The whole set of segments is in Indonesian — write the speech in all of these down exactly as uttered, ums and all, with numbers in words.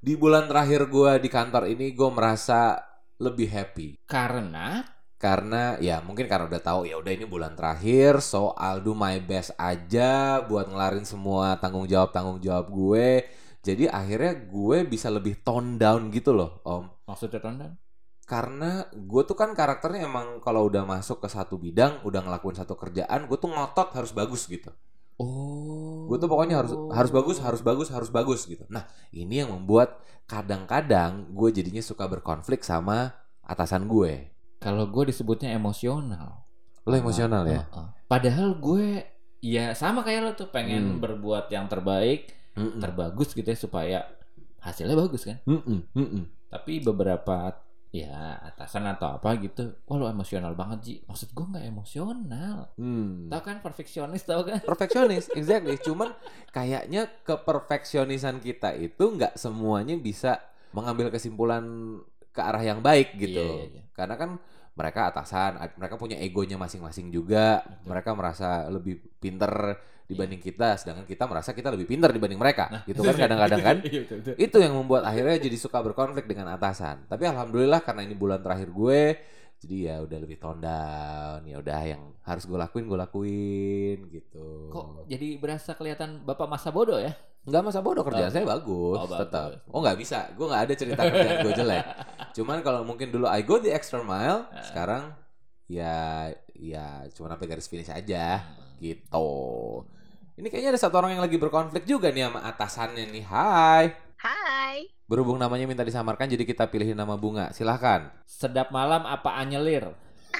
Di bulan terakhir gue di kantor ini gue merasa lebih happy. Karena Karena ya mungkin karena udah tahu ya udah ini bulan terakhir, so I'll do my best aja buat ngelarin semua tanggung jawab tanggung jawab gue. Jadi akhirnya gue bisa lebih tone down gitu loh, Om. maksudnya tonton Karena gue tuh kan karakternya emang kalau udah masuk ke satu bidang, udah ngelakuin satu kerjaan, gue tuh ngotot harus bagus gitu. Oh. Gue tuh pokoknya harus harus bagus, harus bagus, harus bagus gitu. Nah, ini yang membuat kadang-kadang gue jadinya suka berkonflik sama atasan gue. Kalau gue disebutnya emosional. Lo emosional ya? Uh-uh. Padahal gue ya sama kayak lo tuh pengen Hmm. berbuat yang terbaik, Mm-mm. terbagus gitu ya supaya hasilnya bagus kan. Mm-mm. Mm-mm. Tapi beberapa ya atasan atau apa gitu, wah lo emosional banget Ji. Maksud gue nggak emosional. Hmm. Tahu kan perfeksionis tahu kan? Perfeksionis, exactly. Cuman kayaknya keperfeksionisan kita itu nggak semuanya bisa mengambil kesimpulan ke arah yang baik gitu. Iya, iya, iya. Karena kan mereka atasan, ad- mereka punya egonya masing-masing juga. Betul. Mereka merasa lebih pinter dibanding kita, sedangkan kita merasa kita lebih pinter dibanding mereka. Nah, gitu kan kadang-kadang kan. Iya, betul, betul. Itu yang membuat akhirnya jadi suka berkonflik dengan atasan. Tapi alhamdulillah karena ini bulan terakhir gue, jadi ya udah lebih tone down. Ya udah yang harus gue lakuin gue lakuin gitu. Kok jadi berasa kelihatan bapak masa bodoh ya? Nggak masa bodoh, kerjaan Oh. saya bagus, Oh, bagus. tetap. Oh nggak bisa, gue nggak ada cerita kerjaan gue jelek. Cuman kalau mungkin dulu I go the extra mile, Ah. sekarang ya ya cuma sampai garis finish aja gitu. Ini kayaknya ada satu orang yang lagi berkonflik juga nih sama atasannya nih. Hai. Hai. Berhubung namanya minta disamarkan, jadi kita pilihin nama Bunga. Silahkan. Sedap malam apa anyelir?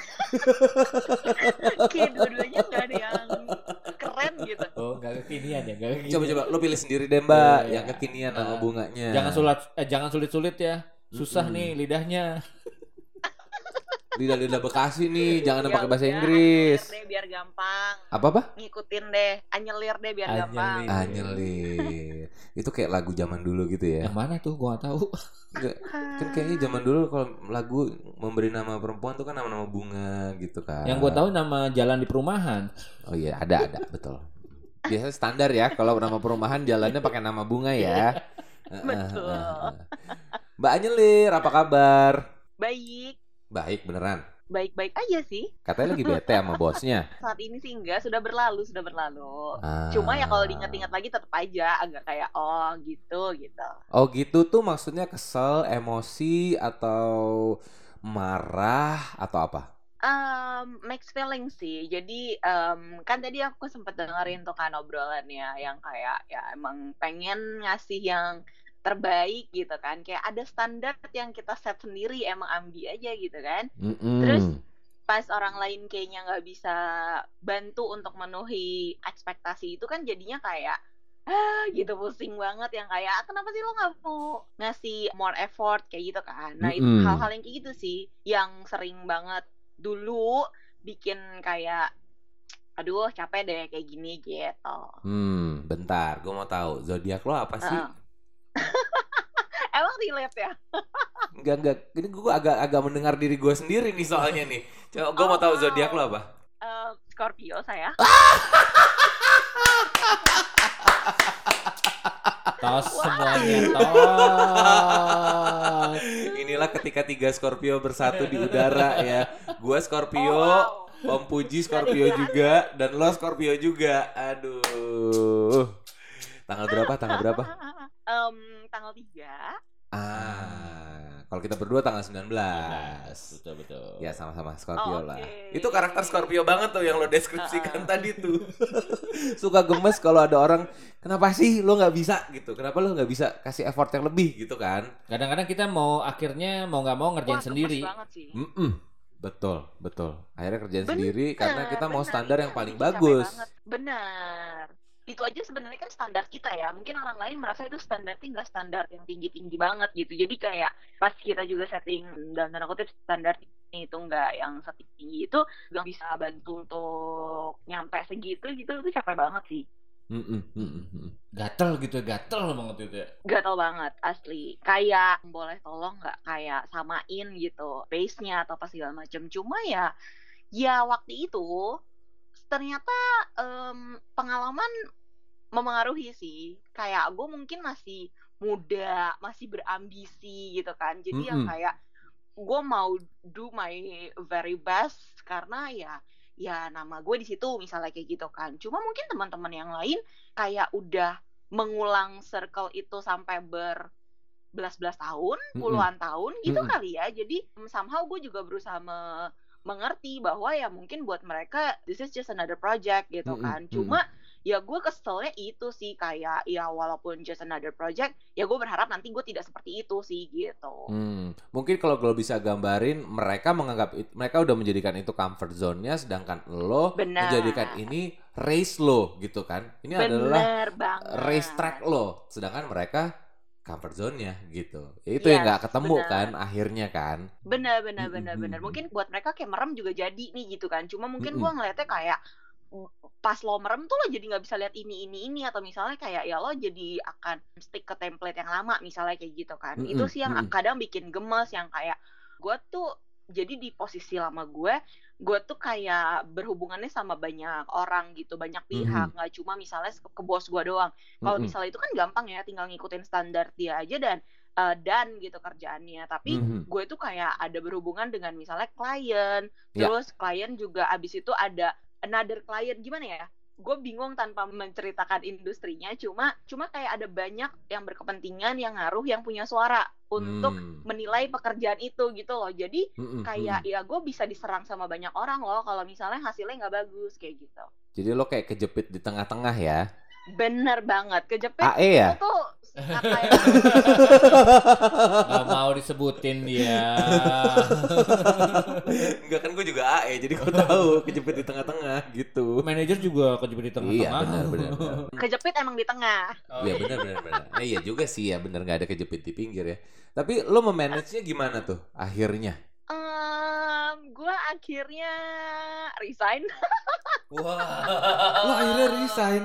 Kayak dua-duanya gak ada yang keren gitu. Oh, nggak kekinian ya, nggak kekinian. Coba-coba lo pilih sendiri deh Mbak, Iya, yang kekinian nama Nah, bunganya. Jangan sulit, eh, jangan sulit-sulit ya. Susah Mm-mm. nih lidahnya. Lidah-lidah Bekasi nih, jangan Ya pakai bahasa udah, Inggris. anyelir deh biar gampang. Apa-apa? Ngikutin deh, anyelir deh biar gampang. Anyelir. Anyelir. Itu kayak lagu zaman dulu gitu ya. Yang mana tuh? Gua nggak tahu. Enggak, kan kayaknya zaman dulu kalau lagu memberi nama perempuan tuh kan nama-nama bunga gitu kan. Yang gua tahu nama jalan di perumahan. Oh iya, ada ada betul. Biasanya standar ya kalau nama perumahan jalannya pakai nama bunga ya. Betul. Mbak Anyelir, apa kabar? Baik, Baik beneran. baik-baik aja sih. Katanya lagi bete sama bosnya. Saat ini sih enggak, sudah berlalu, sudah berlalu. Ah. Cuma ya kalau diingat-ingat lagi tetap aja agak kayak oh gitu gitu. Oh gitu tuh maksudnya kesel, emosi atau marah atau apa? Um, mixed feeling sih. Jadi um, kan tadi aku sempat dengerin tuh kan obrolannya yang kayak ya emang pengen ngasih yang terbaik gitu kan. Kayak ada standar yang kita set sendiri, emang ambi aja gitu kan. Mm-mm. Terus pas orang lain kayaknya nggak bisa bantu untuk memenuhi ekspektasi itu kan jadinya kayak ah gitu pusing banget yang kayak "Ah, kenapa sih lo nggak mau ngasih more effort kayak gitu kan." Nah itu Mm-mm. hal-hal yang kayak gitu sih yang sering banget dulu bikin kayak aduh capek deh kayak gini gitu. Hmm, bentar, gue mau tahu zodiak lo apa sih? Heeh. Emang relate ya? Enggak enggak, ini gue agak agak mendengar diri gue sendiri nih soalnya nih. Coba gue mau tahu Oh. zodiak lo apa? Eh, Scorpio saya. Tos Wah. semuanya tos. Inilah ketika tiga Scorpio bersatu di udara ya. Gue Scorpio, Oh, wow. Om Puji Scorpio juga, dan lo Scorpio juga. Aduh. Tanggal berapa? Tanggal berapa? Em, tanggal tiga. Ah, kalau kita berdua tanggal sembilan belas. Betul betul. Ya sama-sama Scorpio Oh, lah. oke. Itu karakter Scorpio banget tuh yang lo deskripsikan Uh-uh. tadi tuh. Suka gemes kalau ada orang, kenapa sih lo nggak bisa gitu? Kenapa lo nggak bisa kasih effort yang lebih gitu kan? Kadang-kadang kita mau akhirnya mau nggak mau ngerjain Wah, gemes sendiri. banget sih. Mm-mm. Betul, betul. Akhirnya kerjain Bener, sendiri karena kita mau bener. standar Itu yang paling bikin capek bagus. banget. Benar. Itu aja sebenarnya kan standar kita ya. Mungkin orang lain merasa itu standarnya nggak standar yang tinggi-tinggi banget gitu. Jadi kayak pas kita juga setting dalam tanda kutip standar itu nggak yang setinggi itu nggak bisa bantu untuk nyampe segitu gitu. Itu capek banget sih. Mm-mm, mm-mm, mm-mm. Gatel gitu, gatel banget itu ya. Gatel banget asli. Kayak boleh tolong nggak kayak samain gitu pace-nya atau apa segala macam. Cuma ya ya waktu itu ternyata em, pengalaman memengaruhi sih. Kayak gue mungkin masih muda, masih berambisi gitu kan. Jadi yang Mm-mm. kayak gue mau do my very best karena ya ya nama gue di situ misalnya kayak gitu kan. Cuma mungkin teman-teman yang lain kayak udah mengulang circle itu sampai ber belas-belas tahun, Mm-mm. puluhan tahun gitu Mm-mm. kali ya. Jadi mm, somehow gue juga berusaha me- mengerti bahwa ya mungkin buat mereka this is just another project gitu Mm-mm. kan. Mm-mm. Cuma ya gue keselnya itu sih kayak ya walaupun just another project ya gue berharap nanti gue tidak seperti itu sih gitu. Hmm, mungkin kalau gue bisa gambarin, mereka menganggap it- mereka udah menjadikan itu comfort zone-nya, sedangkan lo Benar. menjadikan ini race lo gitu kan. Ini adalah Bener banget. race track lo, sedangkan mereka comfort zone-nya gitu. Itu yang Yes, nggak ketemu benar. kan akhirnya kan. Benar, benar, Mm-mm. benar, benar. Mungkin buat mereka kayak merem juga jadi nih gitu kan. Cuma mungkin Mm-mm. gue ngeliatnya kayak mm, pas lo merem tuh lo jadi nggak bisa lihat ini ini ini atau misalnya kayak ya lo jadi akan stick ke template yang lama misalnya kayak gitu kan. Mm-mm. Itu sih yang Mm-mm. kadang bikin gemes yang kayak gue tuh jadi di posisi lama gue, gue tuh kayak berhubungannya sama banyak orang gitu, banyak pihak, nggak cuma misalnya ke ke bos gue doang. Kalau Mm-mm. misalnya itu kan gampang ya, tinggal ngikutin standar dia aja dan uh, dan gitu kerjaannya. Tapi Mhm. gue tuh kayak ada berhubungan dengan misalnya klien, Ya. terus klien juga abis itu ada another client, gimana ya? Gue bingung tanpa menceritakan industrinya, cuma cuma kayak ada banyak yang berkepentingan, yang ngaruh, yang punya suara untuk Hmm. menilai pekerjaan itu gitu loh. Jadi Mm-mm. kayak Mm-mm. ya gue bisa diserang sama banyak orang loh kalau misalnya hasilnya nggak bagus kayak gitu. Jadi lo kayak kejepit di tengah-tengah ya. Bener banget, kejepit A E ya? itu tuh kata yang Gak mau disebutin dia. Enggak kan gue juga A E, jadi gue tahu kejepit di tengah-tengah gitu. Manajer juga kejepit di Iya tengah-tengah. benar benar. benar. kejepit emang di tengah. Oh, Iya benar benar benar. Eh, iya juga sih ya, benar nggak ada kejepit di pinggir ya. Tapi lo memanage-nya gimana tuh akhirnya? Um, gue akhirnya resign. Wah. Lo akhirnya resign.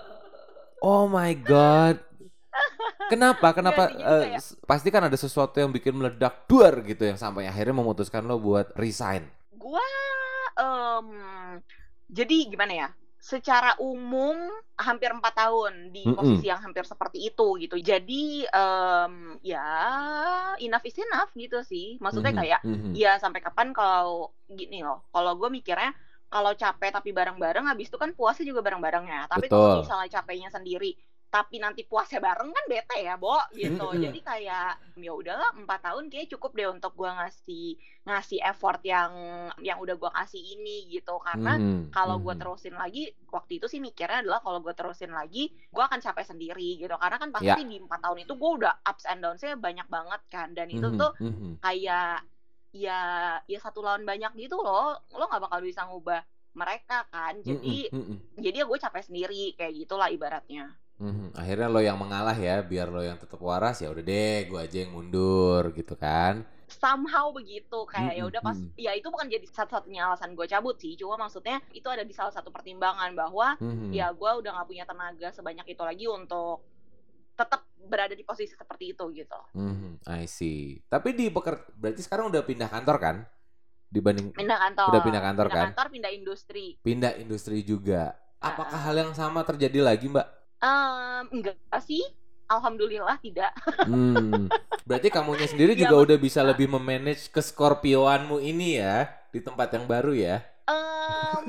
Oh my god. Kenapa? Kenapa? Nggak, jadi eh, kayak- s- pasti kan ada sesuatu yang bikin meledak duar gitu yang sampai akhirnya memutuskan lo buat resign. Gue um, jadi gimana ya? Secara umum hampir empat tahun di Mm-mm. posisi yang hampir seperti itu gitu. Jadi um, ya enough is enough gitu sih. Maksudnya Mhm, kayak mhm. ya sampai kapan kalau gini loh. Kalau gue mikirnya kalau capek tapi bareng-bareng, habis itu kan puasnya juga bareng-bareng ya. Tapi kalau Betul. misalnya capeknya sendiri, tapi nanti puasnya bareng kan bete ya, Bo, gitu. Mm-mm. Jadi kayak ya udahlah empat tahun kayak cukup deh untuk gue ngasih ngasih effort yang yang udah gue kasih ini gitu. Karena Mhm, kalau gue mhm. terusin lagi, waktu itu sih mikirnya adalah kalau gue terusin lagi, gue akan capek sendiri gitu. Karena kan pasti Ya. di empat tahun itu gue udah ups and downs-nya banyak banget kan. Dan itu Mhm, tuh mhm. kayak ya ya satu lawan banyak gitu loh. Lo nggak bakal bisa ngubah mereka kan. Jadi Mhm, mhm. jadi ya gue capek sendiri kayak gitulah ibaratnya. Mhm. Akhirnya lo yang mengalah ya, biar lo yang tetap waras, ya udah deh, gue aja yang mundur gitu kan. Somehow begitu kayak ya Mm-mm, udah pas mm-mm. ya itu bukan jadi satu-satunya alasan gue cabut sih, cuma maksudnya itu ada di salah satu pertimbangan bahwa Mhm. ya gue udah nggak punya tenaga sebanyak itu lagi untuk tetap berada di posisi seperti itu gitu. Mhm, I see. Tapi di peker berarti sekarang udah pindah kantor kan? Dibanding Pindah kantor. Udah pindah kantor pindah kan? kantor, pindah industri. pindah industri juga. Apakah Ah. hal yang sama terjadi lagi, Mbak? Um, enggak sih, alhamdulillah tidak. Hmm. Berarti kamunya sendiri Iya, juga Mak. udah bisa lebih memanage ke Scorpioanmu ini ya di tempat yang baru ya. Um,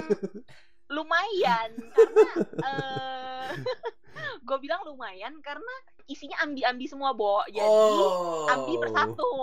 lumayan karena uh, gue bilang lumayan karena isinya ambi-ambi semua, Bo. Jadi Oh. ambi bersatu.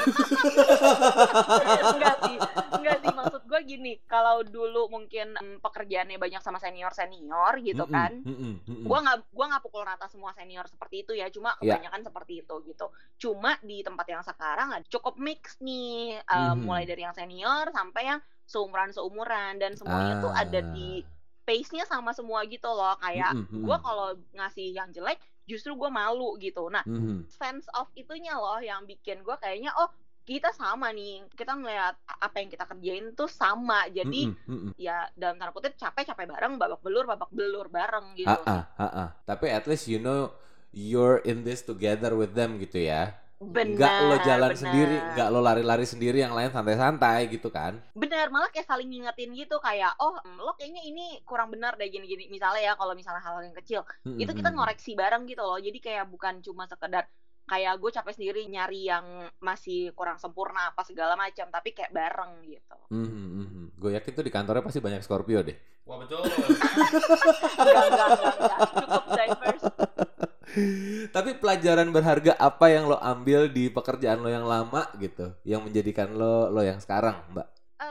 enggak sih, enggak sih maksud gue gini. Kalau dulu mungkin em, pekerjaannya banyak sama senior senior gitu Mm-mm, kan. mm-mm, mm-mm. Gue nggak gua nggak pukul rata semua senior seperti itu ya. Cuma Ya. kebanyakan seperti itu gitu. Cuma di tempat yang sekarang ada cukup mix nih, em, Mhm. mulai dari yang senior sampai yang seumuran seumuran dan semuanya tuh Ah. ada di pace-nya sama semua gitu loh. Kayak Mm-mm, mm-mm. gue kalau ngasih yang jelek justru gue malu gitu. Nah, Mhm. sense of itunya loh yang bikin gue kayaknya oh kita sama nih, kita ngeliat apa yang kita kerjain tuh sama. Jadi Mm-mm, mm-mm. ya dalam tanda kutip capek-capek bareng, babak belur babak belur bareng gitu. Ah, ah, ah, ah. Tapi at least you know you're in this together with them gitu ya. Benar, Nggak lo jalan benar. sendiri, nggak lo lari-lari sendiri, yang lain santai-santai gitu kan. Bener, malah kayak saling ngingetin gitu kayak, oh lo kayaknya ini kurang benar deh gini-gini. Misalnya ya kalau misalnya hal yang kecil, Hmm, itu hmm, kita hmm. ngoreksi bareng gitu loh. Jadi kayak bukan cuma sekedar kayak gue capek sendiri nyari yang masih kurang sempurna apa segala macam, tapi kayak bareng gitu. Hmm, hmm, hmm. Gue yakin tuh di kantornya pasti banyak Scorpio deh. Wah betul. Enggak, enggak, enggak, enggak. Cukup diverse. Tapi pelajaran berharga apa yang lo ambil di pekerjaan lo yang lama gitu, yang menjadikan lo lo yang sekarang, Mbak?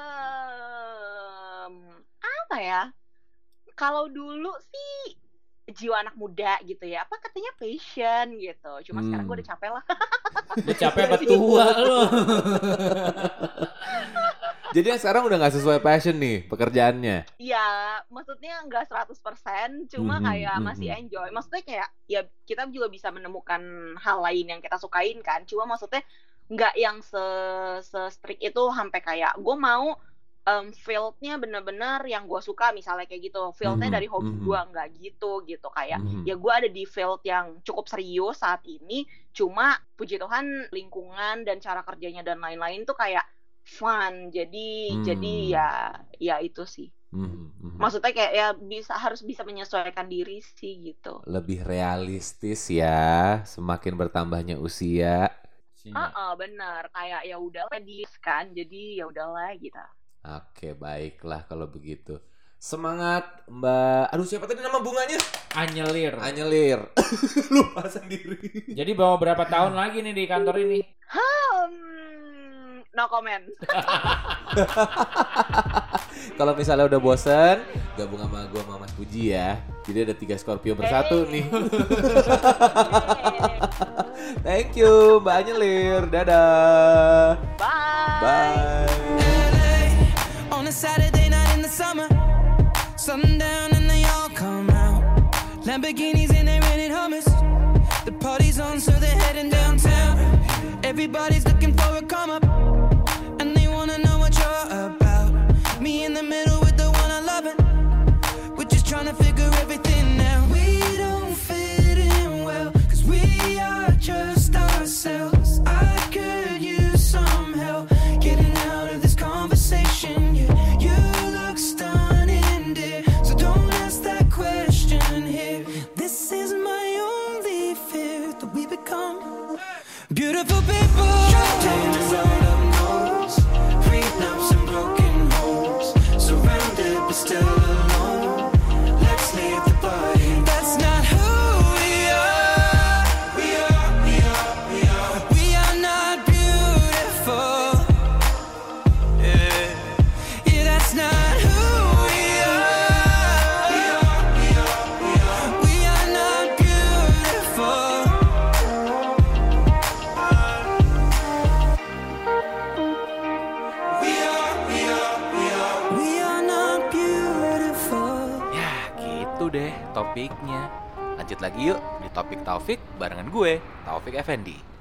Em, apa ya? Kalau dulu sih jiwa anak muda gitu ya, apa katanya passion gitu. Cuma sekarang gue Hmm. udah capek lah. Lu capek apa tua lu? Jadi yang sekarang udah nggak sesuai passion nih pekerjaannya. Ya, maksudnya nggak seratus persen, cuma Mhm, kayak masih mhm. enjoy. Maksudnya kayak ya kita juga bisa menemukan hal lain yang kita sukain kan. Cuma maksudnya nggak yang se se strict itu sampai kayak gue mau um, field-nya bener-bener yang gue suka misalnya kayak gitu. Field-nya Mhm, dari hobi mhm. gue nggak gitu gitu kayak Mhm. ya gue ada di field yang cukup serius saat ini. Cuma puji Tuhan lingkungan dan cara kerjanya dan lain-lain tuh kayak fun. Jadi Hmm. jadi ya ya itu sih. Mhm, mhm. Maksudnya kayak ya bisa harus bisa menyesuaikan diri sih gitu. Lebih realistis ya, semakin bertambahnya usia. Ah, ah, benar. Kayak ya udahlah di kan. Jadi ya udahlah gitu. Oke, baiklah kalau begitu. Semangat Mbak. Aduh, siapa tadi nama bunganya? Anyelir. Anyelir. Lupa sendiri. Jadi bawa berapa tahun lagi nih di kantor ini? Hmm, no comment. Kalau misalnya udah bosen, gabung sama gua sama Mas Puji ya. Jadi ada tiga Scorpio bersatu nih. Thank you Mbak Anyelir. Dadah. Bye. Bye. On a Saturday night in the summer, sundown and they all come out. Lamborghinis and they're renting Hummers. The party's on, so they're heading downtown. Everybody's looking for a come up, and they wanna know what you're about. Me in the middle with the one I love it. We're just trying to figure everything out. We don't fit in well, cause we are just ourselves. I could use some help getting out of this conversation. Yeah, you look stunning, dear, so don't ask that question here. This is my only fear, that we become beautiful people. Short-tailed rolled-up nose, prenups and broken homes, surrounded but still alone. Let's leave the party. That's not who we are. We are, we are, we are. We are not beautiful. Yeah, yeah, that's not who we are. We are, we are, we are. We are not beautiful. We are, we are, we are. We are not beautiful. Ya gitu deh topiknya. Lanjut lagi yuk di Topik Taufik barengan gue, Taufik Effendi.